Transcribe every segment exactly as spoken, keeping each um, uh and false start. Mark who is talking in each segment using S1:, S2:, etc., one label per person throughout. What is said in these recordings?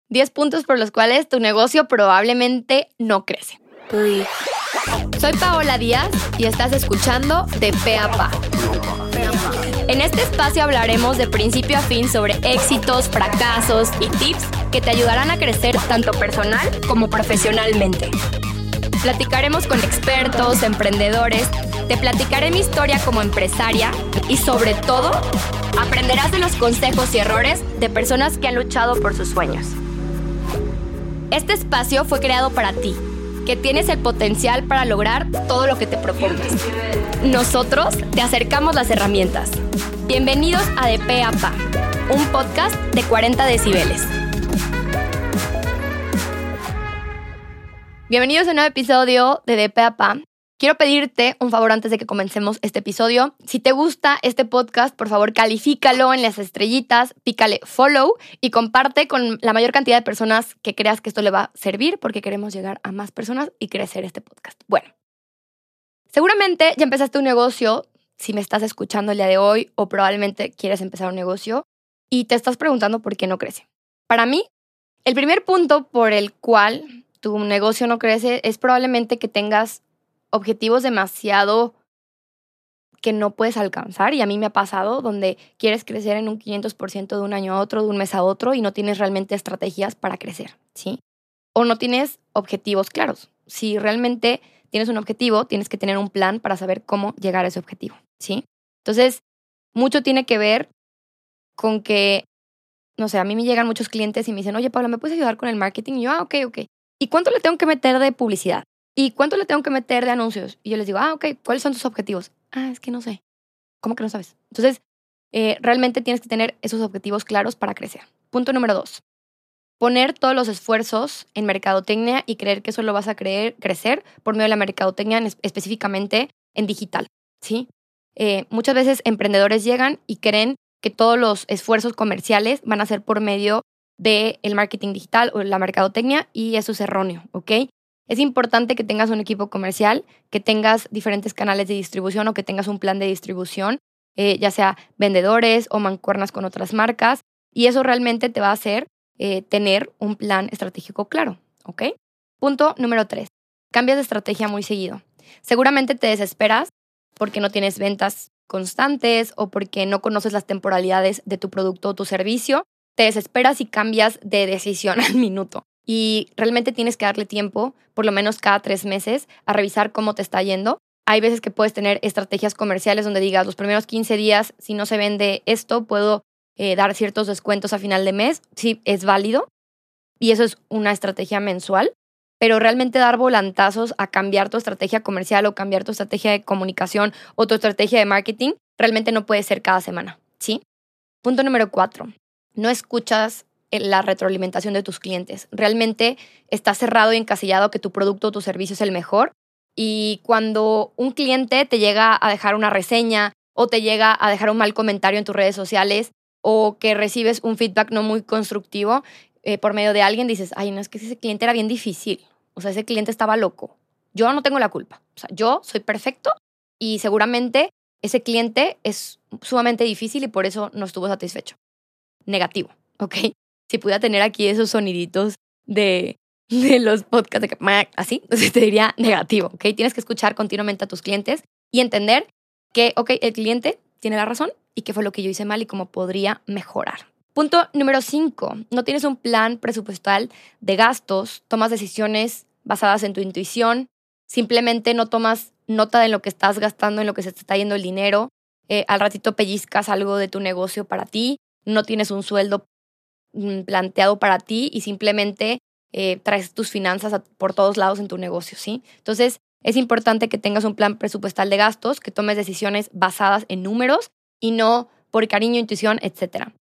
S1: diez puntos por los cuales tu negocio probablemente no crece.
S2: Uy.
S1: Soy Paola Díaz y estás escuchando De Pe a Pa. En este espacio hablaremos de principio a fin sobre éxitos, fracasos y tips que te ayudarán a crecer tanto personal como profesionalmente. Platicaremos con expertos, emprendedores, te platicaré mi historia como empresaria y sobre todo, aprenderás de los consejos y errores de personas que han luchado por sus sueños. Este espacio fue creado para ti, que tienes el potencial para lograr todo lo que te propongas. Nosotros te acercamos las herramientas. Bienvenidos a De Pe a Pa, un podcast de cuarenta decibeles. Bienvenidos a un nuevo episodio de De Pe a Pa. Quiero pedirte un favor antes de que comencemos este episodio. Si te gusta este podcast, por favor, califícalo en las estrellitas, pícale follow y comparte con la mayor cantidad de personas que creas que esto le va a servir porque queremos llegar a más personas y crecer este podcast. Bueno, seguramente ya empezaste un negocio si me estás escuchando el día de hoy o probablemente quieres empezar un negocio y te estás preguntando por qué no crece. Para mí, el primer punto por el cual tu negocio no crece es probablemente que tengas objetivos demasiado que no puedes alcanzar, y a mí me ha pasado donde quieres crecer en un quinientos por ciento de un año a otro, de un mes a otro, y no tienes realmente estrategias para crecer, ¿sí? O no tienes objetivos claros. Si realmente tienes un objetivo, tienes que tener un plan para saber cómo llegar a ese objetivo, ¿sí? Entonces, mucho tiene que ver con que, no sé, a mí me llegan muchos clientes y me dicen, oye, Paula, ¿me puedes ayudar con el marketing? Y yo, ah, ok, ok. ¿Y cuánto le tengo que meter de publicidad? ¿Y cuánto le tengo que meter de anuncios? Y yo les digo, ah, ok, ¿cuáles son tus objetivos? Ah, es que no sé. ¿Cómo que no sabes? Entonces, eh, realmente tienes que tener esos objetivos claros para crecer. Punto número dos. Poner todos los esfuerzos en mercadotecnia y creer que solo vas a creer, crecer por medio de la mercadotecnia, en, específicamente en digital, ¿sí? Eh, muchas veces emprendedores llegan y creen que todos los esfuerzos comerciales van a ser por medio del marketing digital o la mercadotecnia, y eso es erróneo, ¿ok? Es importante que tengas un equipo comercial, que tengas diferentes canales de distribución o que tengas un plan de distribución, eh, ya sea vendedores o mancuernas con otras marcas, y eso realmente te va a hacer eh, tener un plan estratégico claro, ¿ok? Punto número tres. Cambias de estrategia muy seguido. Seguramente te desesperas porque no tienes ventas constantes o porque no conoces las temporalidades de tu producto o tu servicio. Te desesperas y cambias de decisión al minuto. Y realmente tienes que darle tiempo, por lo menos cada tres meses, a revisar cómo te está yendo. Hay veces que puedes tener estrategias comerciales donde digas, los primeros quince días, si no se vende esto, puedo eh, dar ciertos descuentos a final de mes. Sí, es válido. Y eso es una estrategia mensual. Pero realmente dar volantazos a cambiar tu estrategia comercial o cambiar tu estrategia de comunicación o tu estrategia de marketing, realmente no puede ser cada semana, ¿sí? Punto número cuatro. No escuchas la retroalimentación de tus clientes. Realmente estás cerrado y encasillado que tu producto o tu servicio es el mejor, y cuando un cliente te llega a dejar una reseña o te llega a dejar un mal comentario en tus redes sociales o que recibes un feedback no muy constructivo eh, por medio de alguien, dices, ay, no, es que ese cliente era bien difícil. O sea, ese cliente estaba loco. Yo no tengo la culpa. O sea, yo soy perfecto y seguramente ese cliente es sumamente difícil y por eso no estuvo satisfecho. Negativo, ¿ok? Si pudiera tener aquí esos soniditos de, de los podcasts, de que, así, entonces te diría negativo, ¿ok? Tienes que escuchar continuamente a tus clientes y entender que, ok, el cliente tiene la razón y qué fue lo que yo hice mal y cómo podría mejorar. Punto número cinco. No tienes un plan presupuestal de gastos, tomas decisiones basadas en tu intuición, simplemente no tomas nota de lo que estás gastando, en lo que se te está yendo el dinero, eh, al ratito pellizcas algo de tu negocio para ti, no tienes un sueldo planteado para ti y simplemente eh, traes tus finanzas a, por todos lados en tu negocio, ¿sí? Entonces, es importante que tengas un plan presupuestal de gastos, que tomes decisiones basadas en números y no por cariño, intuición, etcétera.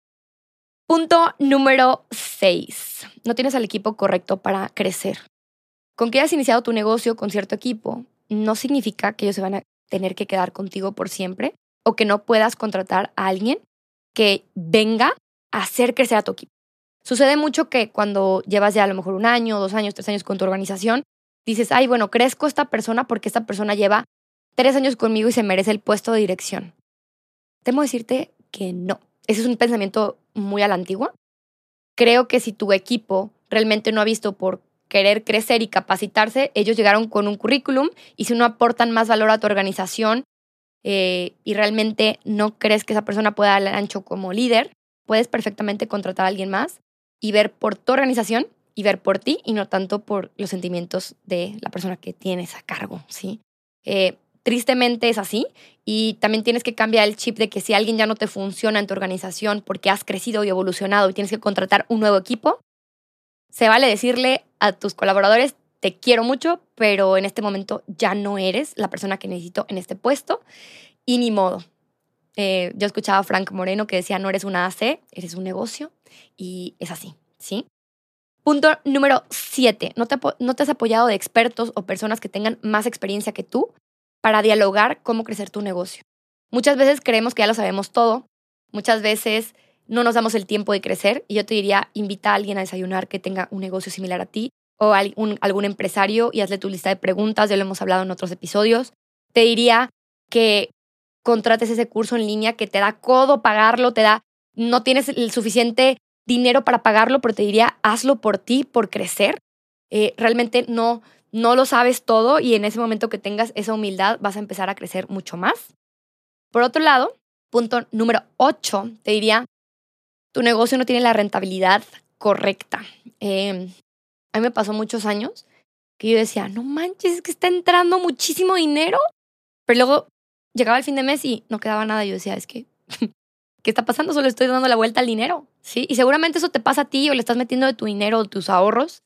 S1: Punto número seis. No tienes al equipo correcto para crecer. Con que hayas iniciado tu negocio con cierto equipo, no significa que ellos se van a tener que quedar contigo por siempre o que no puedas contratar a alguien que venga a hacer crecer a tu equipo. Sucede mucho que cuando llevas ya a lo mejor un año, dos años, tres años con tu organización, dices, ay, bueno, crezco esta persona porque esta persona lleva tres años conmigo y se merece el puesto de dirección. Temo decirte que no. Ese es un pensamiento muy a la antigua. Creo que si tu equipo realmente no ha visto por querer crecer y capacitarse, ellos llegaron con un currículum y si no aportan más valor a tu organización eh, y realmente no crees que esa persona pueda dar el ancho como líder, puedes perfectamente contratar a alguien más y ver por tu organización y ver por ti y no tanto por los sentimientos de la persona que tienes a cargo, ¿sí? Eh, tristemente es así y también tienes que cambiar el chip de que si alguien ya no te funciona en tu organización porque has crecido y evolucionado y tienes que contratar un nuevo equipo, se vale decirle a tus colaboradores, te quiero mucho, pero en este momento ya no eres la persona que necesito en este puesto y ni modo. Eh, yo escuchaba a Frank Moreno que decía, no eres una A C, eres un negocio y es así, ¿sí? Punto número siete. No te, no te has apoyado de expertos o personas que tengan más experiencia que tú para dialogar cómo crecer tu negocio. Muchas veces creemos que ya lo sabemos todo. Muchas veces no nos damos el tiempo de crecer y yo te diría, invita a alguien a desayunar que tenga un negocio similar a ti o a algún, algún empresario y hazle tu lista de preguntas, ya lo hemos hablado en otros episodios. Te diría que contrates ese curso en línea que te da codo pagarlo, te da, no tienes el suficiente dinero para pagarlo, pero te diría, hazlo por ti, por crecer. Eh, realmente no, no lo sabes todo y en ese momento que tengas esa humildad vas a empezar a crecer mucho más. Por otro lado, punto número ocho, te diría, tu negocio no tiene la rentabilidad correcta. Eh, a mí me pasó muchos años que yo decía, no manches, es que está entrando muchísimo dinero, pero luego llegaba el fin de mes y no quedaba nada. Yo decía, es que, ¿qué está pasando? Solo estoy dando la vuelta al dinero, ¿sí? Y seguramente eso te pasa a ti o le estás metiendo de tu dinero o tus ahorros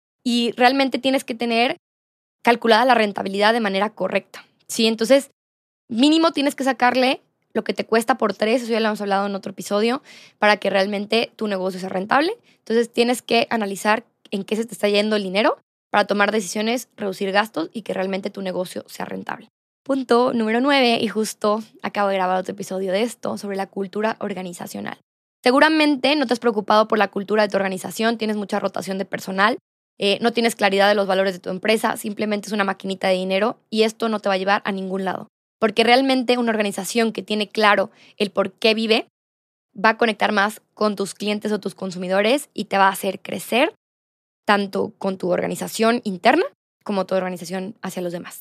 S1: y realmente tienes que tener calculada la rentabilidad de manera correcta, ¿sí? Entonces, mínimo tienes que sacarle lo que te cuesta por tres, eso ya lo hemos hablado en otro episodio, para que realmente tu negocio sea rentable. Entonces, tienes que analizar en qué se te está yendo el dinero para tomar decisiones, reducir gastos y que realmente tu negocio sea rentable. Punto número nueve, y justo acabo de grabar otro episodio de esto, sobre la cultura organizacional. Seguramente no te has preocupado por la cultura de tu organización, tienes mucha rotación de personal, eh, no tienes claridad de los valores de tu empresa, simplemente es una maquinita de dinero y esto no te va a llevar a ningún lado. Porque realmente una organización que tiene claro el por qué vive va a conectar más con tus clientes o tus consumidores y te va a hacer crecer tanto con tu organización interna como tu organización hacia los demás.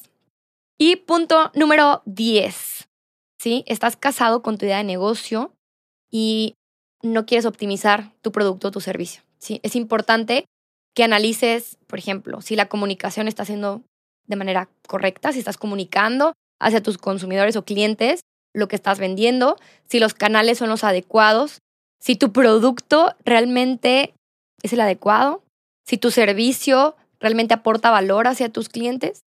S1: Y punto número diez, ¿sí? Estás casado con tu idea de negocio y no quieres optimizar tu producto o tu servicio, ¿sí? Es importante que analices, por ejemplo, si la comunicación está siendo de manera correcta, si estás comunicando hacia tus consumidores o clientes lo que estás vendiendo, si los canales son los adecuados, si tu producto realmente es el adecuado, si tu servicio realmente aporta valor hacia tus clientes.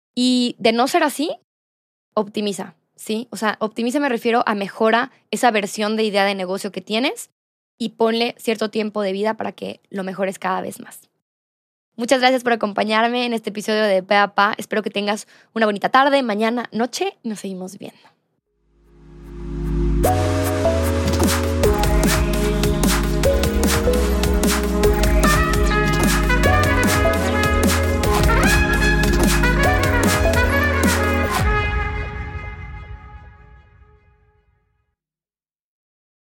S1: Y de no ser así, optimiza, ¿sí? O sea, optimiza me refiero a mejora esa versión de idea de negocio que tienes y ponle cierto tiempo de vida para que lo mejores cada vez más. Muchas gracias por acompañarme en este episodio de Pe a Pa. Espero que tengas una bonita tarde, mañana, noche y nos seguimos viendo.